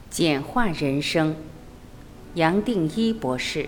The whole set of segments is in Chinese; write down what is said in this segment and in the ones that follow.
简化人生，杨定一博士。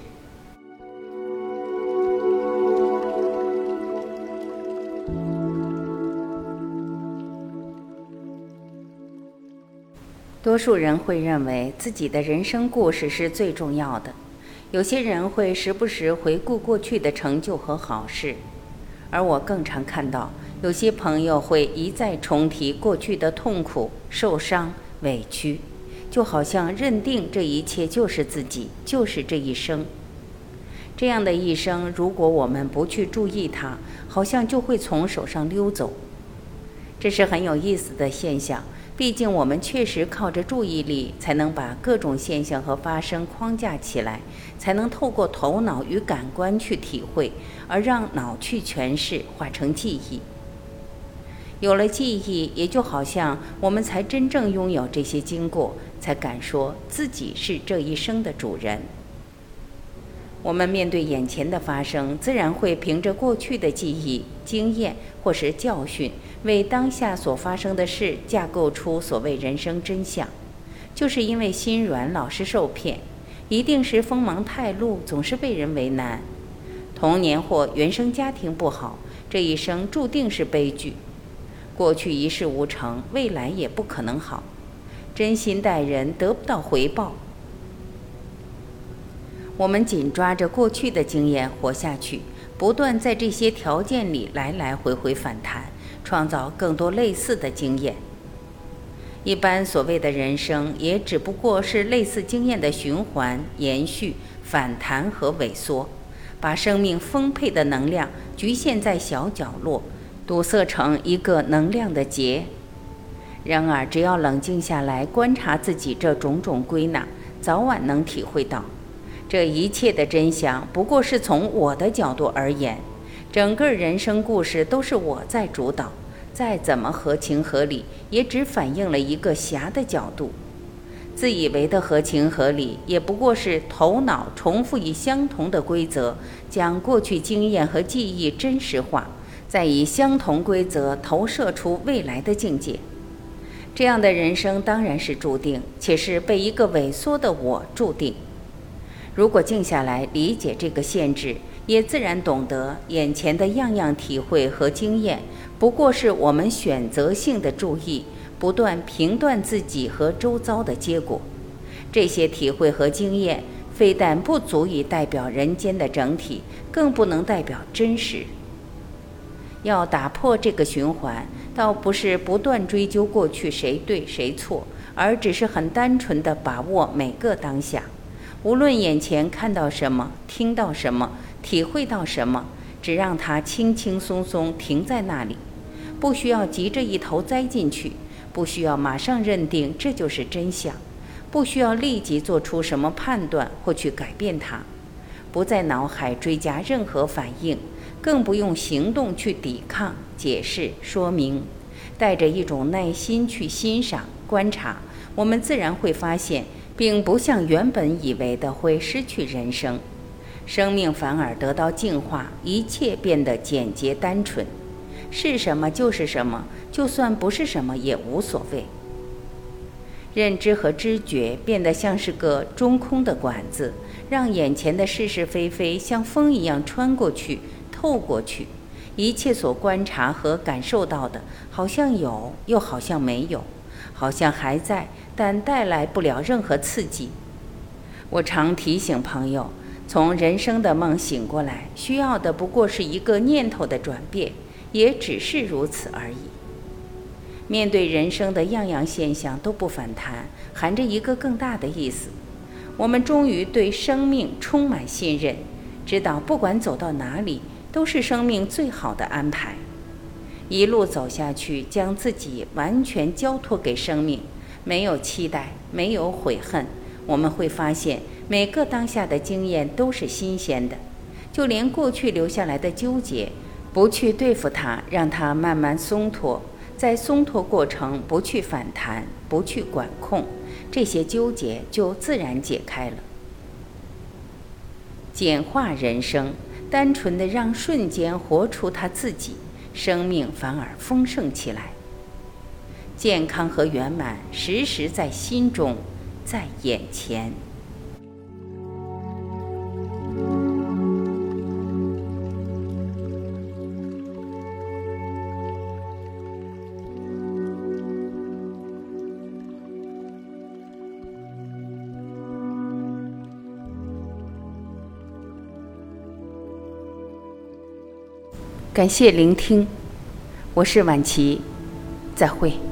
多数人会认为自己的人生故事是最重要的，有些人会时不时回顾过去的成就和好事，而我更常看到有些朋友会一再重提过去的痛苦、受伤、委屈，就好像认定这一切就是自己，就是这一生。这样的一生，如果我们不去注意它，好像就会从手上溜走。这是很有意思的现象，毕竟我们确实靠着注意力才能把各种现象和发生框架起来，才能透过头脑与感官去体会，而让脑去诠释，化成记忆。有了记忆，也就好像我们才真正拥有这些经过，才敢说自己是这一生的主人。我们面对眼前的发生，自然会凭着过去的记忆、经验或是教训，为当下所发生的事架构出所谓人生真相。就是因为心软，老是受骗，一定是锋芒太露，总是被人为难。童年或原生家庭不好，这一生注定是悲剧。过去一事无成，未来也不可能好。真心待人，得不到回报。我们紧抓着过去的经验活下去，不断在这些条件里来来回回反弹，创造更多类似的经验。一般所谓的人生，也只不过是类似经验的循环、延续、反弹和萎缩，把生命丰沛的能量局限在小角落，堵塞成一个能量的结。然而只要冷静下来观察自己这种种归纳，早晚能体会到这一切的真相不过是从我的角度而言，整个人生故事都是我在主导，再怎么合情合理，也只反映了一个狭的角度。自以为的合情合理，也不过是头脑重复以相同的规则，将过去经验和记忆真实化，再以相同规则投射出未来的境界。这样的人生当然是注定，且是被一个萎缩的我注定。如果静下来理解这个限制，也自然懂得眼前的样样体会和经验，不过是我们选择性的注意，不断评断自己和周遭的结果。这些体会和经验，非但不足以代表人间的整体，更不能代表真实。要打破这个循环，倒不是不断追究过去谁对谁错，而只是很单纯地把握每个当下。无论眼前看到什么，听到什么，体会到什么，只让它轻轻松松停在那里，不需要急着一头栽进去，不需要马上认定这就是真相，不需要立即做出什么判断或去改变它，不在脑海追加任何反应，更不用行动去抵抗、解释、说明，带着一种耐心去欣赏、观察，我们自然会发现，并不像原本以为的会失去人生，生命反而得到净化，一切变得简洁单纯，是什么就是什么，就算不是什么也无所谓。认知和知觉变得像是个中空的管子，让眼前的是是非非像风一样穿过去、透过去，一切所观察和感受到的，好像有，又好像没有，好像还在，但带来不了任何刺激。我常提醒朋友，从人生的梦醒过来，需要的不过是一个念头的转变，也只是如此而已。面对人生的样样现象都不反弹，含着一个更大的意思。我们终于对生命充满信任，知道不管走到哪里，都是生命最好的安排。一路走下去，将自己完全交托给生命，没有期待，没有悔恨，我们会发现每个当下的经验都是新鲜的，就连过去留下来的纠结，不去对付它，让它慢慢松脱，在松脱过程不去反弹，不去管控，这些纠结就自然解开了。简化人生，单纯的让瞬间活出他自己，生命反而丰盛起来。健康和圆满时时在心中， 在眼前。感谢聆听，我是婉琪，再会。